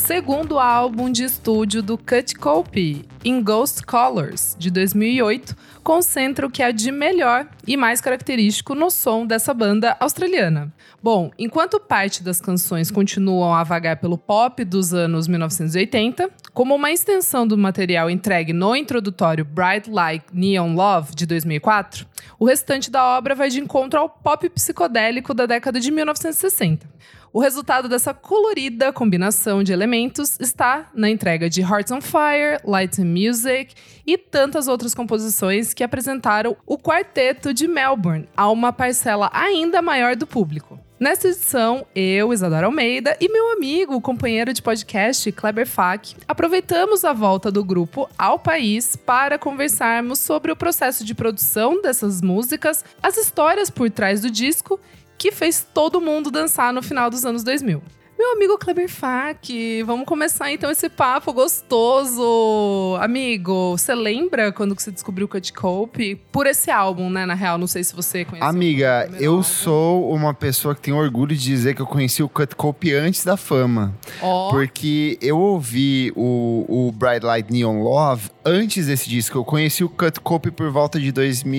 segundo álbum de estúdio do Cut Copy, In Ghost Colors, de 2008, concentra o que há de melhor e mais característico no som dessa banda australiana. Bom, enquanto parte das canções continuam a vagar pelo pop dos anos 1980, como uma extensão do material entregue no introdutório Bright Like Neon Love, de 2004, o restante da obra vai de encontro ao pop psicodélico da década de 1960. O resultado dessa colorida combinação de elementos está na entrega de Hearts on Fire, Light and Music e tantas outras composições que apresentaram o quarteto de Melbourne a uma parcela ainda maior do público. Nesta edição, eu, Isadora Almeida, e meu amigo, companheiro de podcast, Kleber Fak, aproveitamos a volta do grupo ao país para conversarmos sobre o processo de produção dessas músicas, as histórias por trás do disco que fez todo mundo dançar no final dos anos 2000. Meu amigo Kleber Fak, vamos começar então esse papo gostoso. Amigo, você lembra quando que você descobriu o Cut Copy? Por esse álbum, né, na real, não sei se você conheceu. Amiga, eu sou uma pessoa que tem orgulho de dizer que eu conheci o Cut Copy antes da fama. Porque eu ouvi o Bright Light Neon Love antes desse disco. Eu conheci o Cut Copy por volta de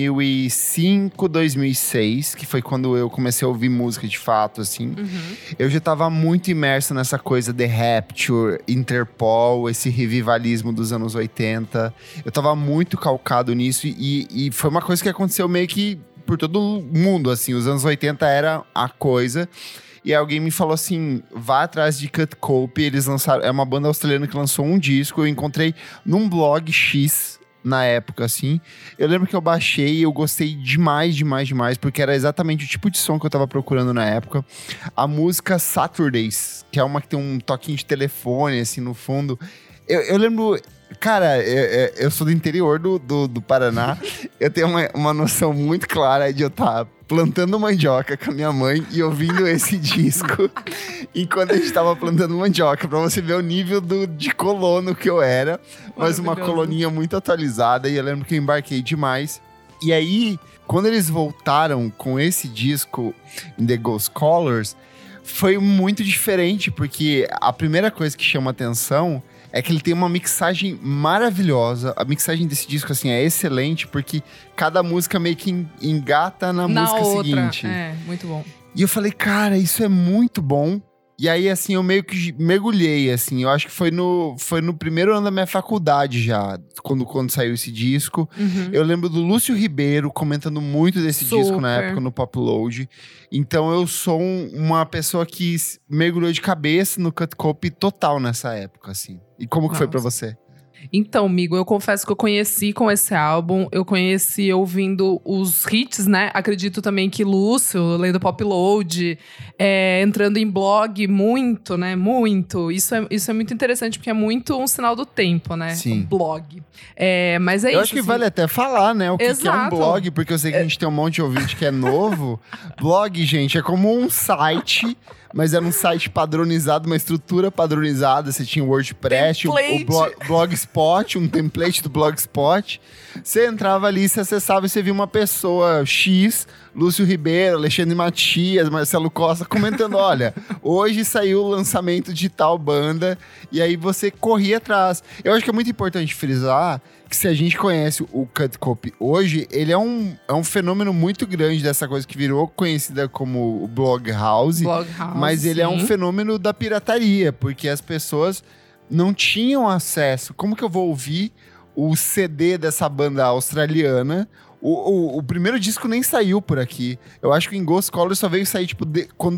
2005, 2006, que foi quando eu comecei a ouvir música de fato, assim. Eu já tava muito imerso nessa coisa The Rapture, Interpol, esse revivalismo dos anos 80. Eu tava muito calcado nisso e foi uma coisa que aconteceu meio que por todo mundo, assim. Os anos 80 era a coisa. E alguém me falou assim, vá atrás de Cut Copy, eles lançaram... É uma banda australiana que lançou um disco, eu encontrei num blog X na época, assim. Eu lembro que eu baixei e eu gostei demais, porque era exatamente o tipo de som que eu tava procurando na época. A música Saturdays, que é uma que tem um toquinho de telefone, assim, no fundo. Eu lembro... Cara, eu sou do interior do Paraná. Eu tenho uma noção muito clara de eu estar plantando mandioca com a minha mãe e ouvindo esse disco enquanto a gente tava plantando mandioca, pra você ver o nível de colono que eu era, mas uma coloninha muito atualizada, e eu lembro que eu embarquei demais. E aí, quando eles voltaram com esse disco, In The Ghost Colors, foi muito diferente, porque a primeira coisa que chama atenção é que ele tem uma mixagem maravilhosa. A mixagem desse disco, assim, é excelente, porque cada música meio que engata na música outra seguinte. É, muito bom. E eu falei, cara, isso é muito bom. E aí, assim, eu meio que mergulhei, assim. Eu acho que foi no primeiro ano da minha faculdade já, quando saiu esse disco. Eu lembro do Lúcio Ribeiro comentando muito desse disco na época, no Popload. Então, eu sou uma pessoa que mergulhou de cabeça no Cut Copy total nessa época, assim. E como que foi pra você? Então, amigo, eu confesso que eu conheci com esse álbum, eu conheci ouvindo os hits, né? Acredito também que Lúcio, lendo Popload, entrando em blog muito, né? Muito. Isso é muito interessante, porque é muito um sinal do tempo, né? Sim. Um blog. Mas é eu isso. Eu acho que vale até falar, né? O que é um blog, porque eu sei que a gente tem um monte de ouvinte que é novo. Blog, gente, é como um site... Mas era um site padronizado, uma estrutura padronizada. Você tinha o WordPress, o Blogspot, um template do Blogspot. Você entrava ali, você acessava e você via uma pessoa X, Lúcio Ribeiro, Alexandre Matias, Marcelo Costa, comentando, olha, hoje saiu o lançamento de tal banda. E aí você corria atrás. Eu acho que é muito importante frisar que se a gente conhece o Cut Copy hoje, ele é um fenômeno muito grande dessa coisa que virou conhecida como o Blog House. Mas ele é um fenômeno da pirataria, porque as pessoas não tinham acesso. Como que eu vou ouvir o CD dessa banda australiana? O primeiro disco nem saiu por aqui. Eu acho que o In Ghost Colors só veio sair, tipo,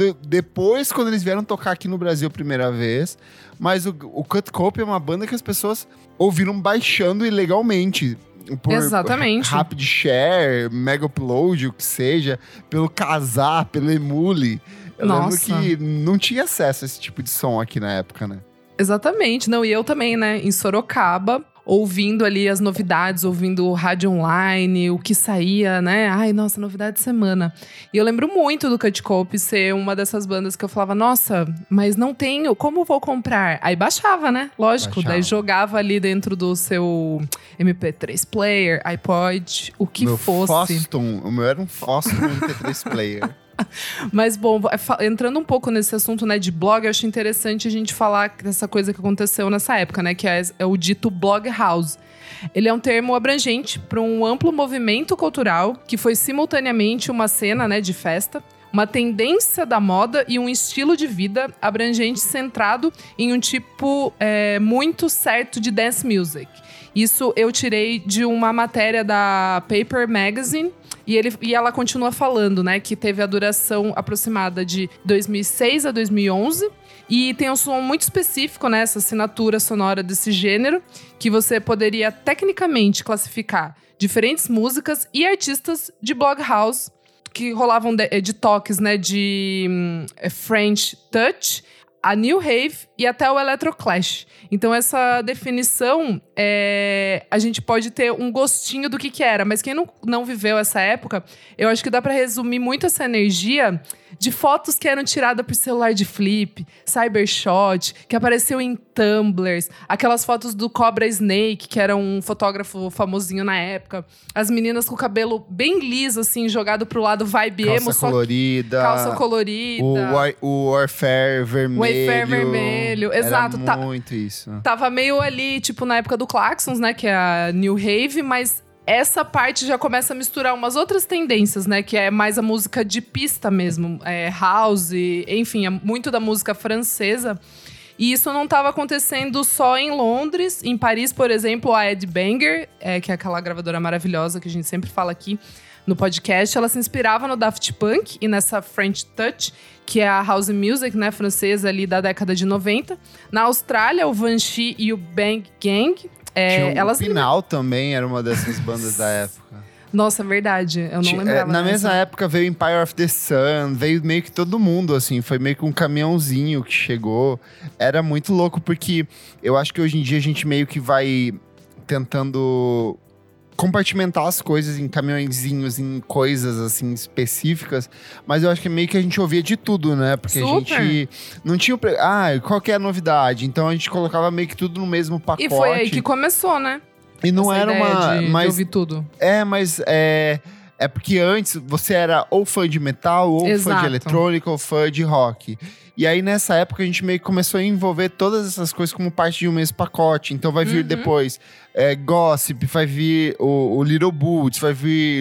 depois, quando eles vieram tocar aqui no Brasil a primeira vez. Mas o Cut Copy é uma banda que as pessoas ouviram baixando ilegalmente. Por Exatamente. Rapid Share, Mega Upload, o que seja. Pelo Kazaa, pelo Emule. Eu lembro que não tinha acesso a esse tipo de som aqui na época, né? Exatamente. Não, e eu também, né? Em Sorocaba, ouvindo ali as novidades, ouvindo rádio online, o que saía, né? Ai, nossa, novidade de semana. E eu lembro muito do Cut Copy ser uma dessas bandas que eu falava, nossa, mas não tenho, como vou comprar? Aí baixava, né? Lógico, daí jogava ali dentro do seu MP3 player, iPod, o que fosse. O meu era um Foston MP3 player. Mas, bom, entrando um pouco nesse assunto, né, de blog, eu acho interessante a gente falar dessa coisa que aconteceu nessa época, né, que é o dito blog house. Ele é um termo abrangente para um amplo movimento cultural que foi simultaneamente uma cena, né, de festa, uma tendência da moda e um estilo de vida abrangente centrado em um tipo muito certo de dance music. Isso eu tirei de uma matéria da Paper Magazine. E ela continua falando, né, que teve a duração aproximada de 2006 a 2011. E tem um som muito específico, né, essa assinatura sonora desse gênero, que você poderia tecnicamente classificar diferentes músicas e artistas de blog house, que rolavam de toques, né, de French Touch, a New Rave e até o Electroclash. Então, essa definição, a gente pode ter um gostinho do que era. Mas quem não viveu essa época, eu acho que dá pra resumir muito essa energia de fotos que eram tiradas por celular de flip, Cybershot, que apareceu em Tumblrs, aquelas fotos do Cobra Snake, que era um fotógrafo famosinho na época, as meninas com o cabelo bem liso, assim, jogado pro lado vibe emo. Calça colorida. O Warfare vermelho. Wayfair vermelho, exato. Era muito isso. Tava meio ali, tipo, na época do Klaxons, né, que é a New Rave, mas essa parte já começa a misturar umas outras tendências, né, que é mais a música de pista mesmo, house, enfim, é muito da música francesa. E isso não estava acontecendo só em Londres. Em Paris, por exemplo, a Ed Banger, que é aquela gravadora maravilhosa que a gente sempre fala aqui no podcast, ela se inspirava no Daft Punk e nessa French Touch, que é a house music, né, francesa ali da década de 90. Na Austrália, o Vanchi e o Bang Gang. Tinha o Pinal também, era uma dessas bandas da época. Nossa, verdade. Eu não lembrava. Na mesma época veio Empire of the Sun, veio meio que todo mundo, assim. Foi meio que um caminhãozinho que chegou. Era muito louco, porque eu acho que hoje em dia a gente meio que vai tentando compartimentar as coisas em caminhõezinhos, em coisas, assim, específicas. Mas eu acho que meio que a gente ouvia de tudo, né? Porque Super. a gente não tinha... qual que é a novidade? Então a gente colocava meio que tudo no mesmo pacote. E foi aí que começou, né? E não essa era uma... de ouvir tudo. Mas é porque antes você era ou fã de metal, ou Exato. fã de eletrônica, ou fã de rock. E aí, nessa época, a gente meio que começou a envolver todas essas coisas como parte de um mesmo pacote. Então, vai vir depois Gossip, vai vir o Little Boots, vai vir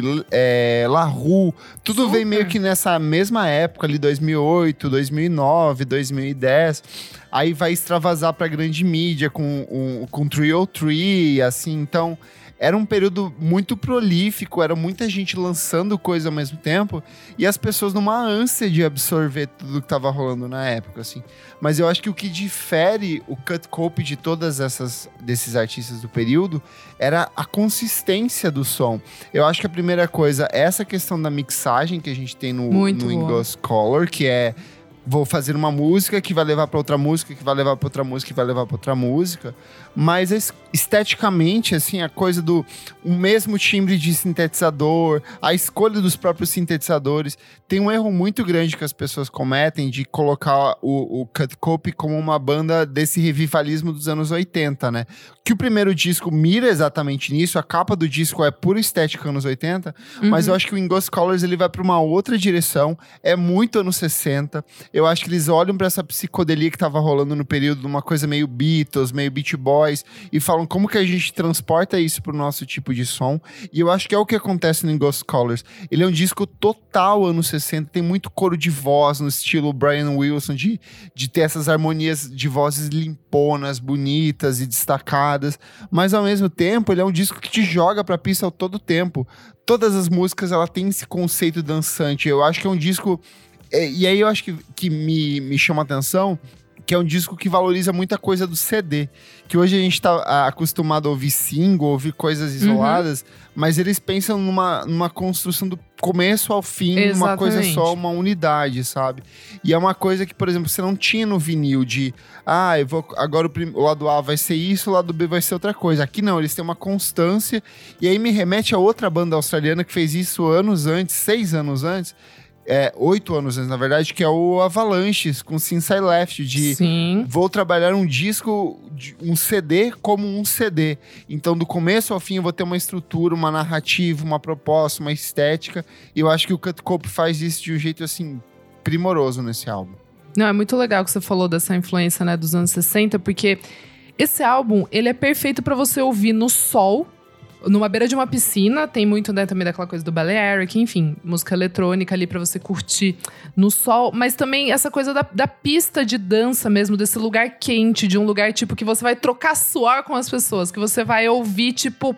La Rue. Tudo Super. vem meio que nessa mesma época, ali, 2008, 2009, 2010. Aí vai extravasar pra grande mídia com 303, assim. Então, era um período muito prolífico, era muita gente lançando coisa ao mesmo tempo e as pessoas numa ânsia de absorver tudo que tava rolando na época, assim. Mas eu acho que o que difere o Cut Cope de desses artistas do período era a consistência do som. Eu acho que a primeira coisa é essa questão da mixagem que a gente tem no In Ghost Color, que é... Vou fazer uma música que vai levar pra outra música, que vai levar pra outra música, que vai levar pra outra música. Mas esteticamente, assim, a coisa do o mesmo timbre de sintetizador, a escolha dos próprios sintetizadores. Tem um erro muito grande que as pessoas cometem de colocar o Cut Cope como uma banda desse revivalismo dos anos 80, né? Que o primeiro disco mira exatamente nisso, a capa do disco é pura estética anos 80, mas eu acho que o In Ghost Colors ele vai pra uma outra direção, é muito anos 60. Eu acho que eles olham pra essa psicodelia que tava rolando no período, uma coisa meio Beatles, meio Beach Boys, e falam como que a gente transporta isso pro nosso tipo de som. E eu acho que é o que acontece no In Ghost Colors. Ele é um disco total anos 60, tem muito coro de voz no estilo Brian Wilson, de ter essas harmonias de vozes limponas, bonitas e destacadas. Mas ao mesmo tempo, ele é um disco que te joga pra pista todo tempo. Todas as músicas, ela tem esse conceito dançante. Eu acho que é um disco... E aí eu acho que me chama a atenção que é um disco que valoriza muita coisa do CD. Que hoje a gente tá acostumado a ouvir single, ouvir coisas isoladas, mas eles pensam numa construção do começo ao fim, uma coisa só, uma unidade, sabe? E é uma coisa que, por exemplo, você não tinha no vinil de... agora o lado A vai ser isso, o lado B vai ser outra coisa. Aqui não, eles têm uma constância. E aí me remete a outra banda australiana que fez isso anos antes, 6 anos antes, 8 anos antes, na verdade, que é o Avalanche, com Since I Left, de vou trabalhar um disco, um CD como um CD. Então, do começo ao fim, eu vou ter uma estrutura, uma narrativa, uma proposta, uma estética. E eu acho que o Cut Cope faz isso de um jeito, assim, primoroso nesse álbum. Não, é muito legal que você falou dessa influência, né, dos anos 60, porque esse álbum, ele é perfeito pra você ouvir no sol, numa beira de uma piscina. Tem muito, né, também daquela coisa do Balearic, enfim, música eletrônica ali pra você curtir no sol. Mas também essa coisa da pista de dança mesmo, desse lugar quente, de um lugar, tipo, que você vai trocar suor com as pessoas, que você vai ouvir, tipo,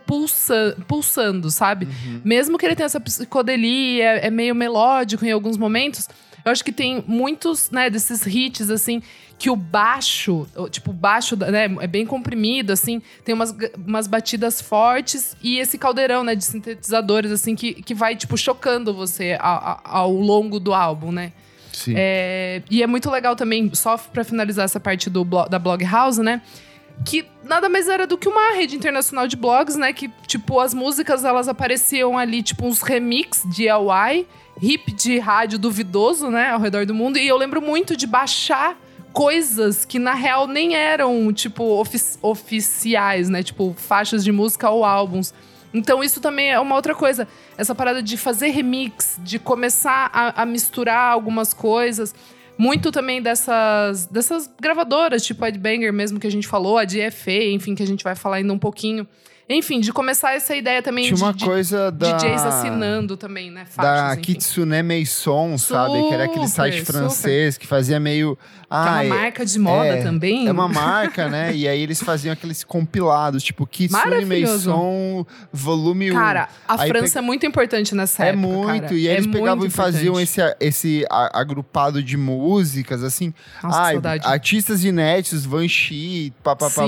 pulsando, sabe? Mesmo que ele tenha essa psicodelia, é meio melódico em alguns momentos. Eu acho que tem muitos, né, desses hits, assim, que o baixo, tipo, o baixo, né, é bem comprimido, assim, tem umas batidas fortes e esse caldeirão, né, de sintetizadores, assim, que vai, tipo, chocando você ao longo do álbum, né? Sim. E é muito legal também, só pra finalizar essa parte da Blog House, né? Que nada mais era do que uma rede internacional de blogs, né? Que, tipo, as músicas, elas apareciam ali, tipo, uns remix de DIY, hip de rádio duvidoso, né? Ao redor do mundo. E eu lembro muito de baixar coisas que, na real, nem eram, tipo, oficiais, né? Tipo, faixas de música ou álbuns. Então, isso também é uma outra coisa. Essa parada de fazer remix, de começar a misturar algumas coisas. Muito também dessas gravadoras, tipo a Headbanger mesmo que a gente falou, a DFA, enfim, que a gente vai falar ainda um pouquinho. Enfim, de começar essa ideia também tinha uma coisa DJs assinando também, né? Faixas, da Kitsune Meison, sabe? Que era aquele site francês que fazia meio... que é uma marca de moda também. É uma marca, né? E aí eles faziam aqueles compilados, tipo Kitsune Meison, volume 1. Cara, a França é muito importante nessa época, muito, cara. E aí eles pegavam e faziam esse agrupado de músicas, assim. Nossa, saudade. Artistas inéditos, Vanchi, papapá.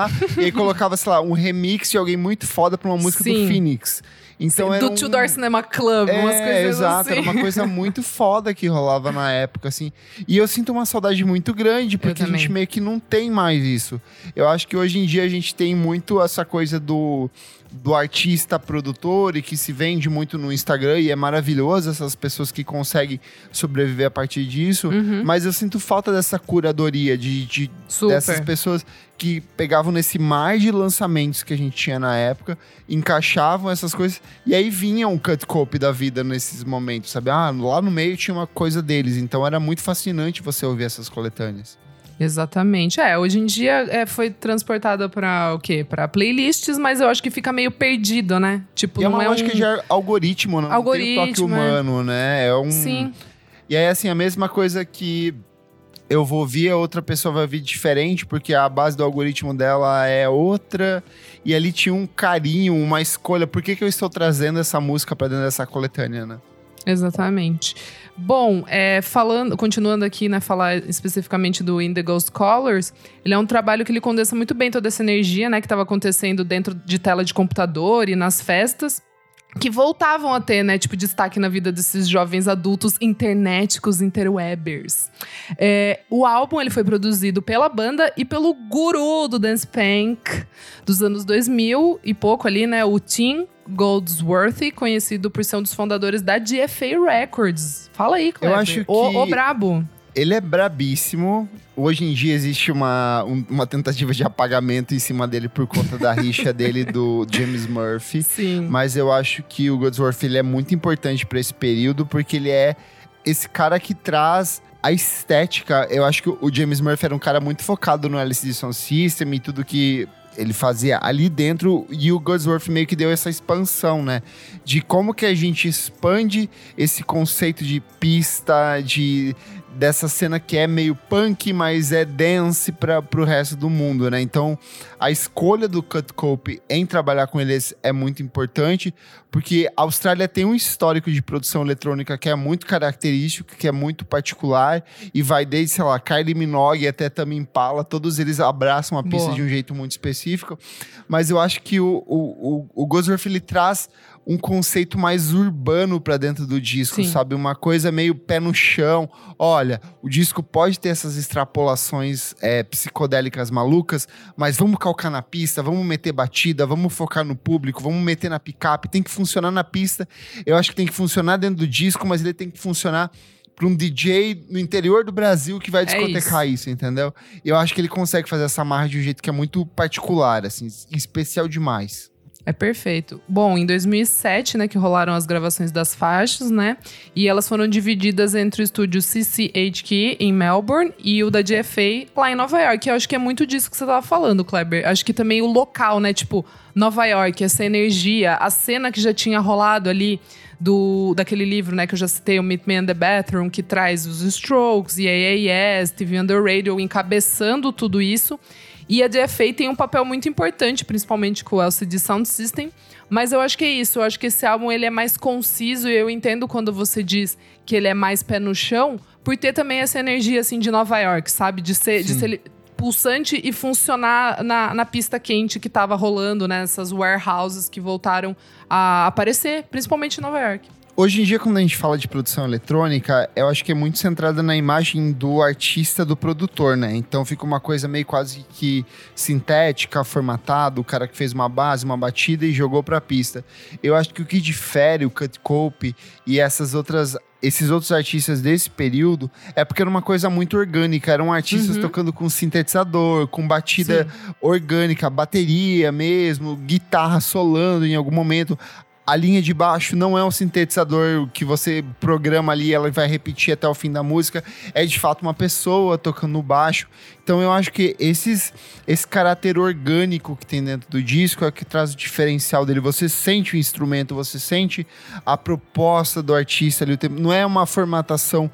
E aí colocava, sei lá, um remix de alguém muito foda pra uma música do Phoenix. Então do Tudor Cinema Club, umas coisas exato, assim. Era uma coisa muito foda que rolava na época, assim. E eu sinto uma saudade muito grande, porque a gente meio que não tem mais isso. Eu acho que hoje em dia a gente tem muito essa coisa do artista produtor e que se vende muito no Instagram, e é maravilhoso essas pessoas que conseguem sobreviver a partir disso, mas eu sinto falta dessa curadoria dessas pessoas que pegavam nesse mar de lançamentos que a gente tinha na época, encaixavam essas coisas, e aí vinha um cut copy da vida nesses momentos, sabe? Lá no meio tinha uma coisa deles, então era muito fascinante você ouvir essas coletâneas. Exatamente. Hoje em dia foi transportada pra o quê? Pra playlists, mas eu acho que fica meio perdido, né? Tipo, e não é uma lógica de algoritmo, não tem o toque humano, né? Sim. E aí, assim, a mesma coisa que eu vou ouvir, a outra pessoa vai ouvir diferente, porque a base do algoritmo dela é outra, e ali tinha um carinho, uma escolha. Por que eu estou trazendo essa música pra dentro dessa coletânea, né? Exatamente. Bom, continuando aqui, né, falar especificamente do In The Ghost Colors, ele é um trabalho que ele condensa muito bem toda essa energia, né, que estava acontecendo dentro de tela de computador e nas festas, que voltavam a ter, né, tipo, destaque na vida desses jovens adultos internéticos, interwebers. O álbum, ele foi produzido pela banda e pelo guru do dance punk dos anos 2000 e pouco ali, né, o Tim Goldsworthy, conhecido por ser um dos fundadores da DFA Records. Fala aí, Kleber. Eu acho que o brabo. Ele é brabíssimo. Hoje em dia existe uma tentativa de apagamento em cima dele por conta da rixa dele do James Murphy. Sim. Mas eu acho que o Goldsworthy ele é muito importante para esse período, porque ele é esse cara que traz a estética. Eu acho que o James Murphy era um cara muito focado no LCD Sound System e tudo que ele fazia ali dentro, e o Goldsworthy meio que deu essa expansão, né? De como que a gente expande esse conceito de pista, dessa cena que é meio punk, mas é dance pro resto do mundo, né? Então, a escolha do Cut Cope em trabalhar com eles é muito importante, porque a Austrália tem um histórico de produção eletrônica que é muito característico, que é muito particular, e vai desde, sei lá, Kylie Minogue até Tame Impala, todos eles abraçam a pista de um jeito muito específico, mas eu acho que o Goldsworthy, ele traz um conceito mais urbano pra dentro do disco, sabe? Uma coisa meio pé no chão. Olha, o disco pode ter essas extrapolações psicodélicas malucas, mas vamos calcar na pista, vamos meter batida, vamos focar no público, vamos meter na picape. Tem que funcionar na pista. Eu acho que tem que funcionar dentro do disco, mas ele tem que funcionar para um DJ no interior do Brasil que vai discotecar isso, entendeu? E eu acho que ele consegue fazer essa marra de um jeito que é muito particular, assim, especial demais. É perfeito. Bom, em 2007, né, que rolaram as gravações das faixas, né? E elas foram divididas entre o estúdio CCHQ em Melbourne e o da GFA lá em Nova York. Eu acho que é muito disso que você tava falando, Kleber. Acho que também o local, né? Tipo, Nova York, essa energia, a cena que já tinha rolado ali daquele livro, né, que eu já citei, o Meet Me in the Bathroom, que traz os Strokes, EAAS, TV on the Radio, encabeçando tudo isso. E a DFA tem um papel muito importante, principalmente com o LCD Sound System. Mas eu acho que é isso. Eu acho que esse álbum ele é mais conciso. E eu entendo quando você diz que ele é mais pé no chão, por ter também essa energia assim, de Nova York, sabe? De ser pulsante e funcionar na pista quente que estava rolando, né? Essas warehouses que voltaram a aparecer, principalmente em Nova York. Hoje em dia, quando a gente fala de produção eletrônica, eu acho que é muito centrada na imagem do artista, do produtor, né? Então fica uma coisa meio quase que sintética, formatada, o cara que fez uma base, uma batida e jogou pra pista. Eu acho que o que difere o Cut Cope e esses outros artistas desse período é porque era uma coisa muito orgânica. Eram artistas tocando com sintetizador, com batida orgânica, bateria mesmo, guitarra solando em algum momento. A linha de baixo não é um sintetizador que você programa ali e ela vai repetir até o fim da música. É de fato uma pessoa tocando no baixo. Então eu acho que esse caráter orgânico que tem dentro do disco é o que traz o diferencial dele. Você sente o instrumento, você sente a proposta do artista ali. Não é uma formatação.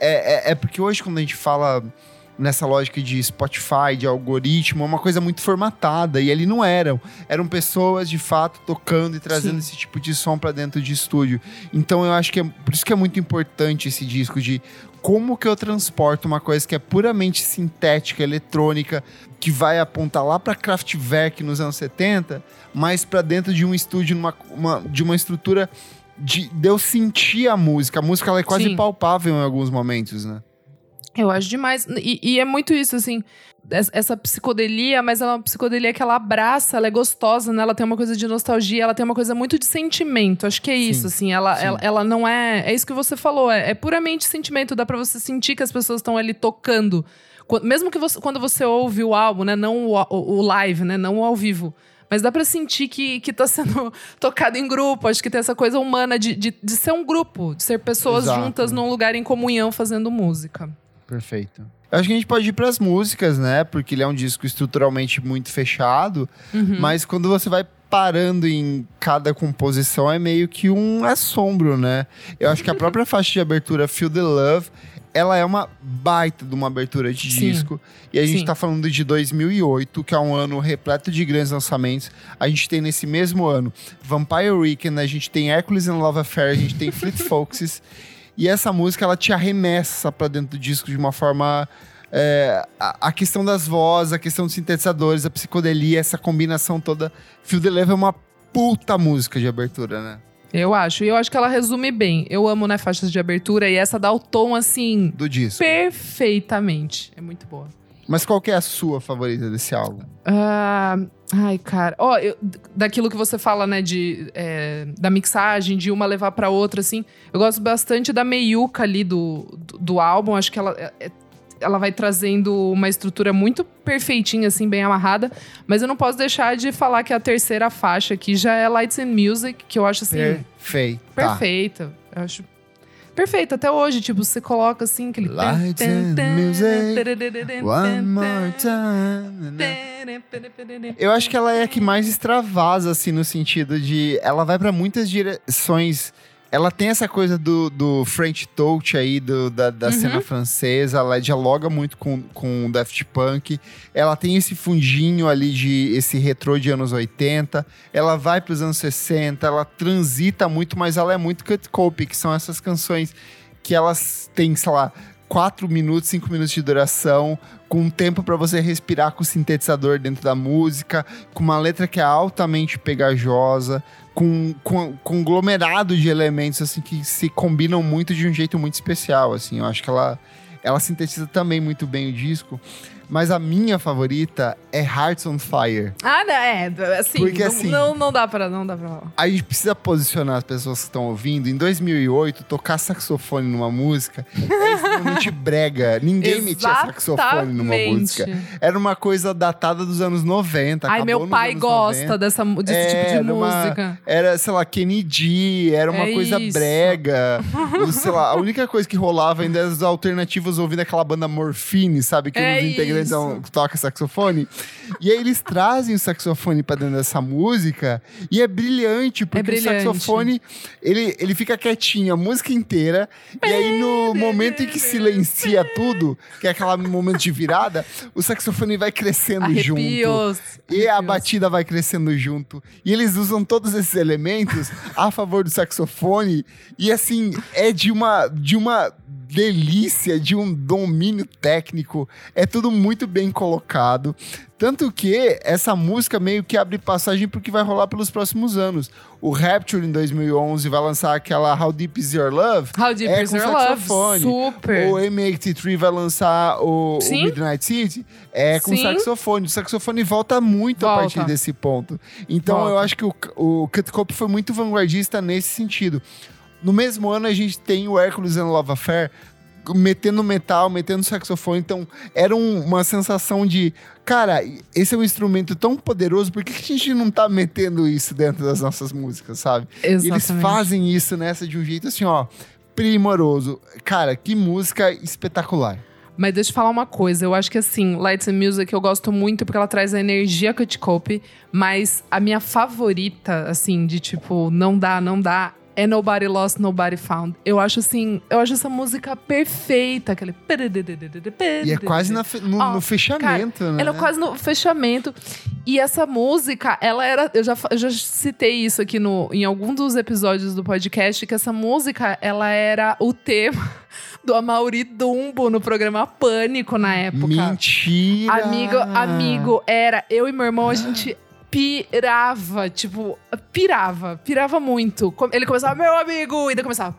É porque hoje quando a gente fala nessa lógica de Spotify, de algoritmo, é uma coisa muito formatada, e ali não eram. Eram pessoas, de fato, tocando e trazendo esse tipo de som pra dentro de estúdio. Então eu acho que por isso que é muito importante esse disco de como que eu transporto uma coisa que é puramente sintética, eletrônica, que vai apontar lá pra Kraftwerk nos anos 70, mas pra dentro de um estúdio, de uma estrutura de eu sentir a música. A música ela é quase palpável em alguns momentos, né? Eu acho demais. E é muito isso, assim, essa psicodelia, mas ela é uma psicodelia que ela abraça, ela é gostosa, né? Ela tem uma coisa de nostalgia, ela tem uma coisa muito de sentimento. Acho que é isso, assim. Ela não é... É isso que você falou, é puramente sentimento. Dá pra você sentir que as pessoas estão ali tocando. Mesmo que quando você ouve o álbum, né? Não o live, né? Não o ao vivo. Mas dá pra sentir que tá sendo tocado em grupo. Acho que tem essa coisa humana de ser um grupo. De ser pessoas juntas num lugar em comunhão fazendo música. Perfeito. Eu acho que a gente pode ir pras músicas, né? Porque ele é um disco estruturalmente muito fechado. Mas quando você vai parando em cada composição, é meio que um assombro, né? Eu acho que a própria faixa de abertura, Feel the Love, ela é uma baita de uma abertura de disco. E a gente tá falando de 2008, que é um ano repleto de grandes lançamentos. A gente tem nesse mesmo ano Vampire Weekend, a gente tem Hercules and Love Affair, a gente tem Fleet Foxes. E essa música, ela te arremessa pra dentro do disco de uma forma... a questão das vozes, a questão dos sintetizadores, a psicodelia, essa combinação toda. Feel the Love é uma puta música de abertura, né? Eu acho. E eu acho que ela resume bem. Eu amo, né, faixas de abertura. E essa dá o tom, assim... do disco. Perfeitamente. É muito boa. Mas qual que é a sua favorita desse álbum? Ai, cara. Daquilo que você fala, né, da mixagem, de uma levar pra outra, assim. Eu gosto bastante da meiuca ali do álbum. Acho que ela vai trazendo uma estrutura muito perfeitinha, assim, bem amarrada. Mas eu não posso deixar de falar que a terceira faixa aqui já é Lights and Music, que eu acho, assim... Perfeita. Eu acho... Perfeito, até hoje, tipo, você coloca assim aquele... Lights and music, one more time. Eu acho que ela é a que mais extravasa, assim, no sentido de... Ela vai pra muitas direções... Ela tem essa coisa do French Touch aí, da cena francesa. Ela dialoga muito com o Daft Punk. Ela tem esse fundinho ali esse retrô de anos 80. Ela vai pros anos 60. Ela transita muito, mas ela é muito Cut Cope, que são essas canções que elas têm, sei lá, 4 minutos, 5 minutos de duração, com um tempo para você respirar com o sintetizador dentro da música, com uma letra que é altamente pegajosa, com conglomerado de elementos assim que se combinam muito de um jeito muito especial, assim. Eu acho que ela sintetiza também muito bem o disco. Mas a minha favorita é Hearts on Fire. Assim, porque, não dá pra falar. A gente precisa posicionar as pessoas que estão ouvindo. Em 2008, tocar saxofone numa música é extremamente brega. Ninguém metia saxofone numa música. Era uma coisa datada dos anos 90. Ai, meu pai gosta desse tipo de música. Era, sei lá, Kenny G, era uma coisa brega. Sei lá, a única coisa que rolava ainda era as alternativas ouvindo aquela banda Morphine, sabe? Que os integrantes toca saxofone. E aí eles trazem o saxofone pra dentro dessa música e é brilhante, porque o saxofone, ele fica quietinho a música inteira. E aí no momento em que silencia tudo, que é aquele momento de virada, o saxofone vai crescendo junto. E a batida vai crescendo junto. E eles usam todos esses elementos a favor do saxofone. E assim, é de uma delícia, de um domínio técnico. É tudo muito bem colocado. Tanto que essa música meio que abre passagem pro que vai rolar pelos próximos anos. O Rapture, em 2011, vai lançar aquela How Deep Is Your Love? How Deep Is Your Love, super. O M83 vai lançar o Midnight City, com saxofone. O saxofone volta muito a partir desse ponto. Então eu acho que o Cut Cope foi muito vanguardista nesse sentido. No mesmo ano, a gente tem o Hercules and Love Affair metendo metal, metendo saxofone. Então, era uma sensação de... Cara, esse é um instrumento tão poderoso, por que a gente não tá metendo isso dentro das nossas músicas, sabe? Exatamente. E eles fazem isso de um jeito assim, primoroso. Cara, que música espetacular. Mas deixa eu falar uma coisa, eu acho que assim, Lights and Music eu gosto muito porque ela traz a energia Cut Cope, mas a minha favorita, assim, de tipo, não dá, é Nobody Lost, Nobody Found. Eu acho essa música perfeita. Aquele... E é quase no fechamento, cara, né? Ela é quase no fechamento. E essa música, ela era... Eu já citei isso aqui em algum dos episódios do podcast, que essa música, ela era o tema do Amaury Dumbo no programa Pânico na época. Mentira! Amigo, era... Eu e meu irmão, a gente... pirava muito. Ele começava, meu amigo, e daí começava.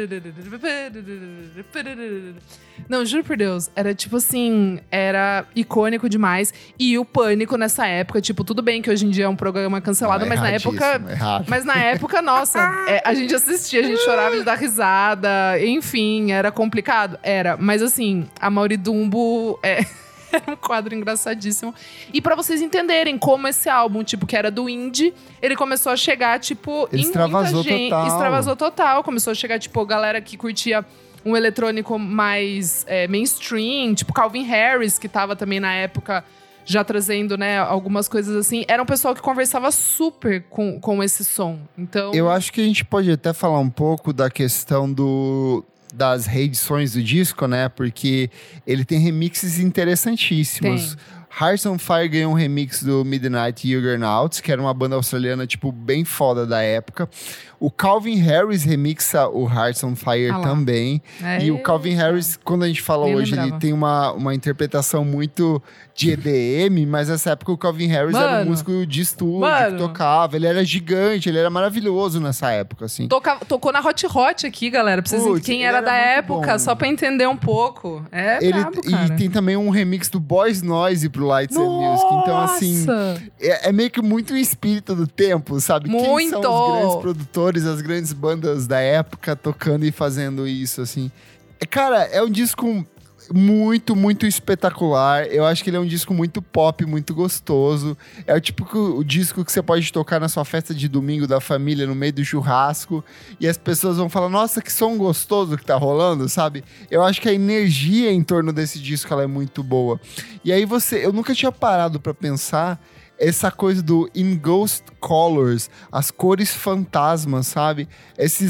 Não, juro por Deus, era tipo assim, era icônico demais. E o Pânico nessa época, tipo, tudo bem que hoje em dia é um programa cancelado, mas na época, nossa, a gente assistia, a gente chorava de dar risada, enfim, era complicado. Era, mas assim, a Amaury Dumbo era um quadro engraçadíssimo. E pra vocês entenderem como esse álbum, tipo, que era do indie, ele começou a chegar, tipo, ele extravasou total. Extravasou total. Começou a chegar, tipo, galera que curtia um eletrônico mais mainstream, tipo Calvin Harris, que tava também na época já trazendo, né, algumas coisas assim. Era um pessoal que conversava super com esse som. Então... Eu acho que a gente pode até falar um pouco da questão das reedições do disco, né? Porque ele tem remixes interessantíssimos. Hearts on Fire ganhou um remix do Midnight Juggernauts, que era uma banda australiana, tipo, bem foda da época. O Calvin Harris remixa o Hearts on Fire também. E o Calvin Harris, quando a gente fala hoje, ele tem uma interpretação muito de EDM, mas nessa época o Calvin Harris era um músico de estúdio, que tocava. Ele era gigante, ele era maravilhoso nessa época, assim. Tocou na Hot Hot aqui, galera. Pra vocês quem era da época, bom. Só pra entender um pouco. Brabo, cara. E tem também um remix do Boys Noise pro Lights and Music. Então, assim, é meio que muito o espírito do tempo, sabe? Muito! Quem são os grandes produtores, as grandes bandas da época tocando e fazendo isso, assim. Cara, é um disco muito, muito espetacular. Eu acho que ele é um disco muito pop, muito gostoso. É o tipo o disco que você pode tocar na sua festa de domingo da família, no meio do churrasco, e as pessoas vão falar, nossa, que som gostoso que tá rolando, sabe? Eu acho que a energia em torno desse disco, ela é muito boa. E aí eu nunca tinha parado pra pensar essa coisa do In Ghost Colors, as cores fantasmas, sabe?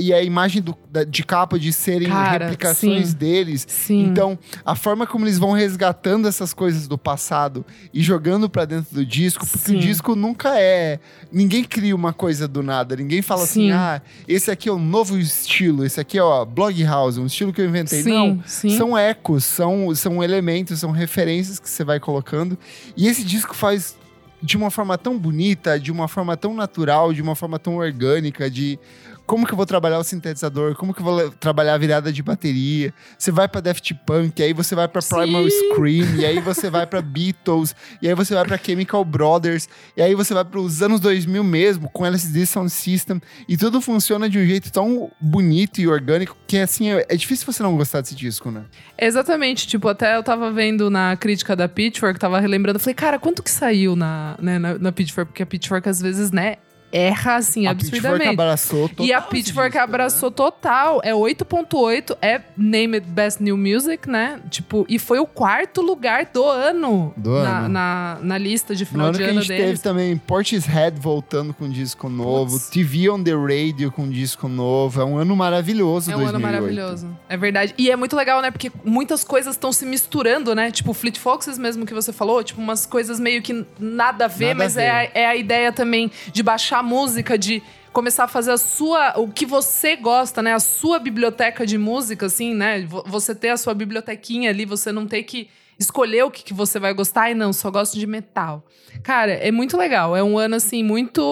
e a imagem de capa de serem replicações deles. Sim. Então, a forma como eles vão resgatando essas coisas do passado e jogando pra dentro do disco, porque o disco nunca é... Ninguém cria uma coisa do nada, ninguém fala assim, esse aqui é um novo estilo, esse aqui é Blog House, um estilo que eu inventei. Não, são ecos, são elementos, são referências que você vai colocando. E esse disco faz de uma forma tão bonita, de uma forma tão natural, de uma forma tão orgânica, de como que eu vou trabalhar o sintetizador, como que eu vou trabalhar a virada de bateria. Você vai pra Daft Punk, aí você vai pra Primal Scream, e aí você vai pra Beatles, e aí você vai pra Chemical Brothers, e aí você vai pros anos 2000 mesmo, com LSD Sound System, e tudo funciona de um jeito tão bonito e orgânico, que assim, é difícil você não gostar desse disco, né? Exatamente, tipo, até eu tava vendo na crítica da Pitchfork, tava relembrando, falei, cara, quanto que saiu na Pitchfork? Porque a Pitchfork, às vezes, né, erra, assim, absurdamente. A Pitchfork abraçou total. E a Pitchfork abraçou total. É 8.8, é Named Best New Music, né? Tipo, e foi o 4º lugar do ano. Na lista de final de ano deles. A gente teve também Portishead voltando com um disco novo. TV on the Radio com um disco novo. É um ano maravilhoso, 2008. É um ano maravilhoso. É verdade. E é muito legal, né? Porque muitas coisas estão se misturando, né? Tipo, Fleet Foxes mesmo que você falou. Tipo, umas coisas meio que nada a ver. Mas é a ideia também de baixar a música, de começar a fazer o que você gosta, né? A sua biblioteca de música, assim, né? Você ter a sua bibliotequinha ali, você não ter que escolher o que você vai gostar. E não, só gosto de metal. Cara, é muito legal. É um ano, assim, muito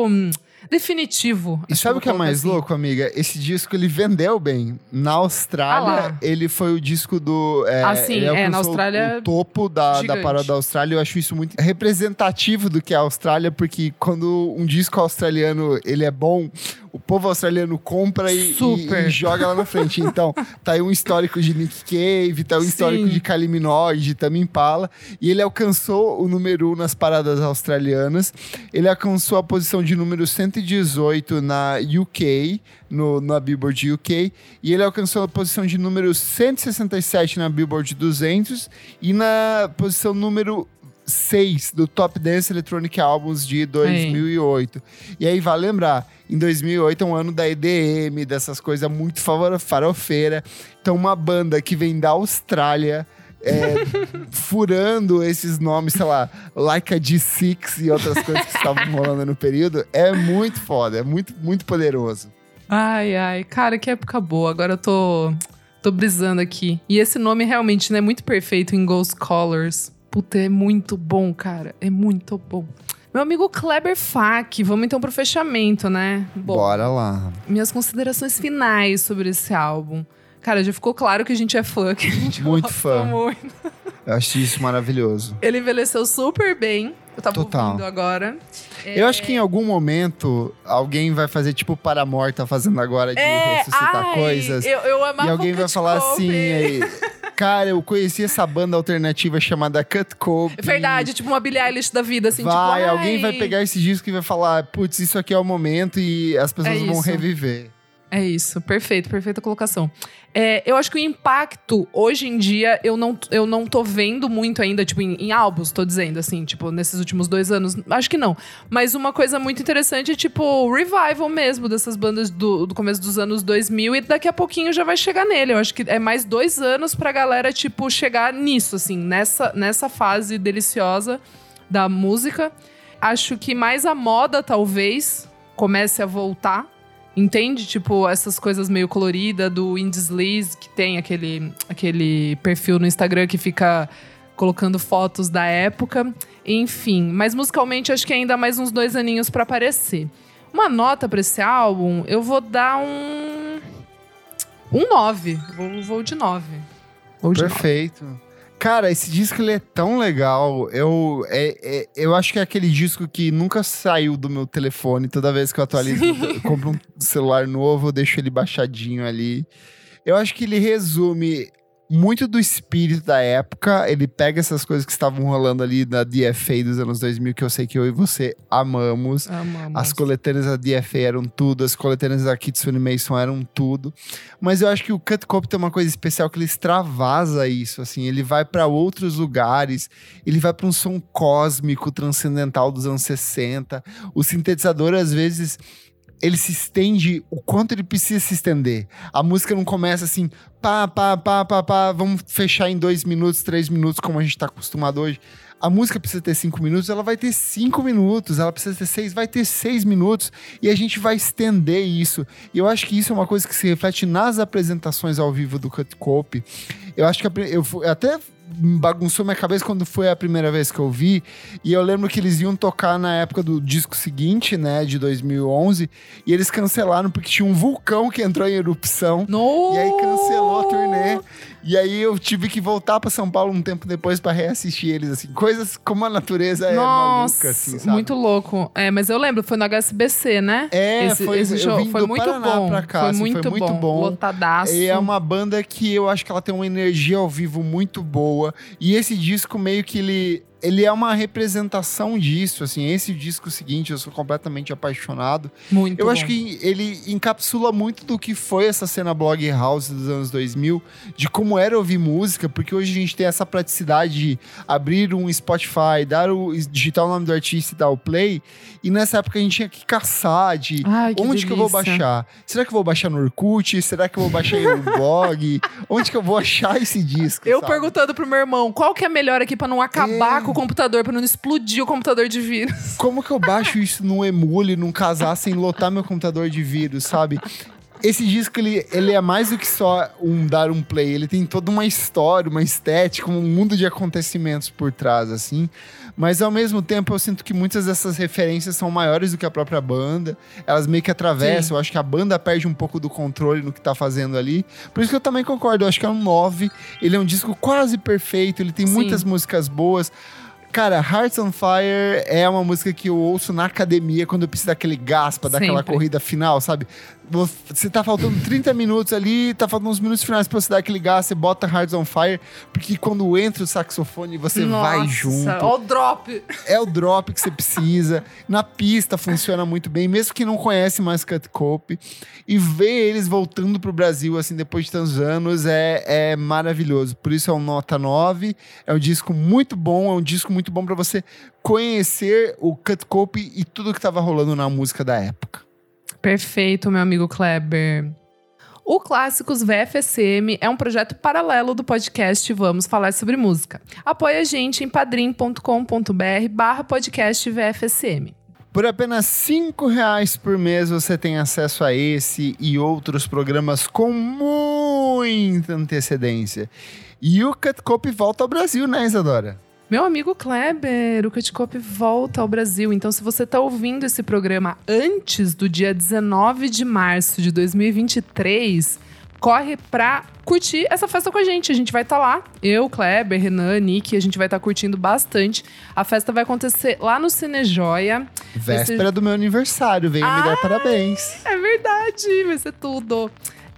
definitivo. E sabe o que é mais louco, amiga? Esse disco, ele vendeu bem. Na Austrália, ele foi o disco do... ele na Austrália, o topo da parada da Austrália. Eu acho isso muito representativo do que é a Austrália, porque quando um disco australiano, ele é bom, o povo australiano compra e joga lá na frente. Então, tá aí um histórico de Nick Cave, tá aí um histórico de Kylie Minogue, de Tame Impala, e ele alcançou o número 1 nas paradas australianas. Ele alcançou a posição de número 118 na UK, na Billboard UK, e ele alcançou a posição de número 167 na Billboard 200 e na posição número 6 do Top Dance Electronic Albums de 2008. E aí, vale lembrar, em 2008 é um ano da EDM, dessas coisas muito farofeira. Então, uma banda que vem da Austrália, furando esses nomes, sei lá, Like a G6 e outras coisas que estavam rolando no período, é muito foda, é muito, muito poderoso. Ai, cara, que época boa. Agora eu tô brisando aqui. E esse nome realmente, né, é muito perfeito em Ghost Colors. Puta, é muito bom, cara. É muito bom. Meu amigo Kleber Fak, vamos então pro fechamento, né? Bom, bora lá. Minhas considerações finais sobre esse álbum. Cara, já ficou claro que a gente é fã, que a gente muito fã. Muito. Eu achei isso maravilhoso. Ele envelheceu super bem. Eu tava ouvindo agora. Eu acho que em algum momento alguém vai fazer tipo o Paramore tá fazendo agora de ressuscitar coisas. Eu amava. E alguém vai falar assim aí. Cara, eu conheci essa banda alternativa chamada Cut Cope. Verdade, tipo uma Billie Eilish da vida, assim, alguém vai pegar esse disco e vai falar, putz, isso aqui é o momento e as pessoas vão reviver. É isso, perfeita colocação. Eu acho que o impacto, hoje em dia, eu não tô vendo muito ainda, tipo, em álbuns, tô dizendo, assim, tipo, nesses últimos 2 anos, acho que não. Mas uma coisa muito interessante é, tipo, o revival mesmo dessas bandas do começo dos anos 2000 e daqui a pouquinho já vai chegar nele. Eu acho que é mais 2 anos pra galera, tipo, chegar nisso, assim, nessa fase deliciosa da música. Acho que mais a moda, talvez, comece a voltar. Entende? Tipo, essas coisas meio coloridas do Indies que tem aquele perfil no Instagram que fica colocando fotos da época. Enfim, mas musicalmente acho que ainda mais uns 2 aninhos pra aparecer. Uma nota pra esse álbum, eu vou dar um 9. Vou de 9. Perfeito. 9. Cara, esse disco ele é tão legal. Eu acho que é aquele disco que nunca saiu do meu telefone. Toda vez que eu atualizo, eu compro um celular novo, eu deixo ele baixadinho ali. Eu acho que ele resume muito do espírito da época. Ele pega essas coisas que estavam rolando ali na DFA dos anos 2000, que eu sei que eu e você amamos. As coletâneas da DFA eram tudo, as coletâneas da Kitsune Mason eram tudo. Mas eu acho que o Cut Cope tem uma coisa especial, que ele extravasa isso, assim. Ele vai pra outros lugares, ele vai pra um som cósmico, transcendental dos anos 60. O sintetizador, às vezes, ele se estende o quanto ele precisa se estender. A música não começa assim, pá, vamos fechar em 2 minutos, 3 minutos, como a gente tá acostumado hoje. A música precisa ter 5 minutos, ela vai ter 5 minutos. Ela precisa ter 6, vai ter 6 minutos. E a gente vai estender isso. E eu acho que isso é uma coisa que se reflete nas apresentações ao vivo do Cut Cope. Eu acho que eu até bagunçou minha cabeça quando foi a primeira vez que eu vi. E eu lembro que eles iam tocar na época do disco seguinte, né, de 2011. E eles cancelaram porque tinha um vulcão que entrou em erupção. No! E aí cancelou a turnê. E aí eu tive que voltar pra São Paulo um tempo depois pra reassistir eles, assim. Coisas como a natureza é maluca, assim, sabe? Muito louco. Mas eu lembro, foi no HSBC, né? Esse show foi muito bom. Pra cá, foi assim, muito bom. Lotadaço. E é uma banda que eu acho que ela tem uma energia ao vivo muito boa. E esse disco meio que ele é uma representação disso, assim. Esse disco seguinte, eu sou completamente apaixonado. Muito Eu bom. acho que ele encapsula muito do que foi essa cena blog house dos anos 2000, de como era ouvir música, porque hoje a gente tem essa praticidade de abrir um Spotify, digitar o nome do artista e dar o play, e nessa época a gente tinha que caçar de onde que eu vou baixar? Será que eu vou baixar no Orkut? Será que eu vou baixar em um blog? Onde que eu vou achar esse disco? Eu perguntando pro meu irmão, qual que é melhor aqui pra não acabar com o computador, pra não explodir o computador de vírus? Como que eu baixo isso num emule, num casar, sem lotar meu computador de vírus, sabe? Esse disco, ele é mais do que só dar um play. Ele tem toda uma história, uma estética, um mundo de acontecimentos por trás, assim. Mas, ao mesmo tempo, eu sinto que muitas dessas referências são maiores do que a própria banda. Elas meio que atravessam. Sim. Eu acho que a banda perde um pouco do controle no que tá fazendo ali. Por isso que eu também concordo. Eu acho que é um 9. Ele é um disco quase perfeito. Ele tem muitas músicas boas. Cara, Hearts on Fire é uma música que eu ouço na academia quando eu preciso daquele gás pra dar aquela corrida final, sabe? Você tá faltando 30 minutos ali, tá faltando uns minutos finais pra você dar aquele gás, você bota Hearts on Fire, porque quando entra o saxofone, você vai junto. Ó o drop! É o drop que você precisa. Na pista funciona muito bem, mesmo que não conhece mais Cut Cope. E ver eles voltando pro Brasil, assim, depois de tantos anos, é maravilhoso. Por isso é um nota 9, é um disco muito bom pra você conhecer o Cut Cope e tudo que tava rolando na música da época. Perfeito, meu amigo Kleber. O Clássicos VFSM é um projeto paralelo do podcast Vamos Falar Sobre Música. Apoie a gente em padrim.com.br/podcast VFSM. Por apenas R$5 por mês você tem acesso a esse e outros programas com muita antecedência. E o Cut Cope volta ao Brasil, né, Isadora? Meu amigo Kleber, o Cut Cope volta ao Brasil. Então, se você está ouvindo esse programa antes do dia 19 de março de 2023, corre pra curtir essa festa com a gente. A gente vai estar lá. Eu, Kleber, Renan, Nick, a gente vai estar curtindo bastante. A festa vai acontecer lá no Cinejoia. Véspera do meu aniversário. Venha me dar parabéns. É verdade, vai ser tudo.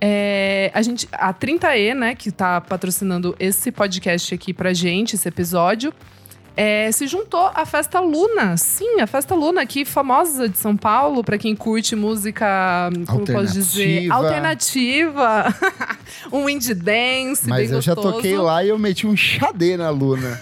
A 30E, né, que tá patrocinando esse podcast aqui pra gente, esse episódio, se juntou à Festa Luna. Sim, a Festa Luna, aqui famosa de São Paulo, pra quem curte música, como posso dizer, alternativa. Um indie dance, mas bem eu gostoso. Já toquei lá e eu meti um xadê na Luna.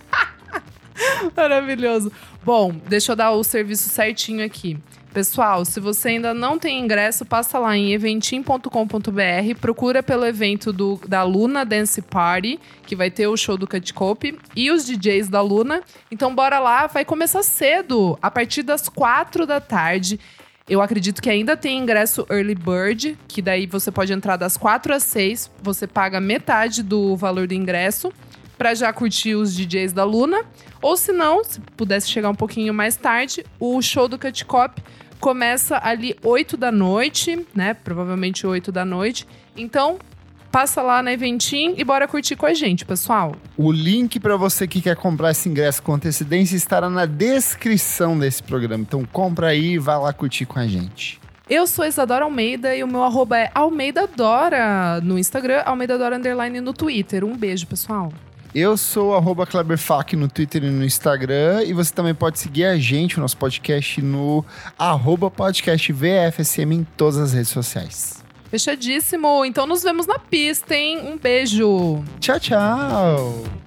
Maravilhoso. Bom, deixa eu dar o serviço certinho aqui. Pessoal, se você ainda não tem ingresso, passa lá em eventim.com.br, procura pelo evento da Luna Dance Party, que vai ter o show do Cut Cope e os DJs da Luna. Então bora lá, vai começar cedo, a partir das 4 da tarde. Eu acredito que ainda tem ingresso Early Bird, que daí você pode entrar das 4 às 6, você paga metade do valor do ingresso para já curtir os DJs da Luna. Ou se não, se pudesse chegar um pouquinho mais tarde, o show do Cut Cope começa ali 8 da noite, né? Provavelmente 8 da noite. Então, passa lá na Eventim e bora curtir com a gente, pessoal. O link para você que quer comprar esse ingresso com antecedência estará na descrição desse programa. Então, compra aí e vai lá curtir com a gente. Eu sou Isadora Almeida e o meu @ é AlmeidaDora no Instagram, AlmeidaDora _ no Twitter. Um beijo, pessoal. Eu sou @KleberFak no Twitter e no Instagram. E você também pode seguir a gente, o nosso podcast, no @podcastvfsm em todas as redes sociais. Fechadíssimo. Então nos vemos na pista, hein? Um beijo. Tchau, tchau.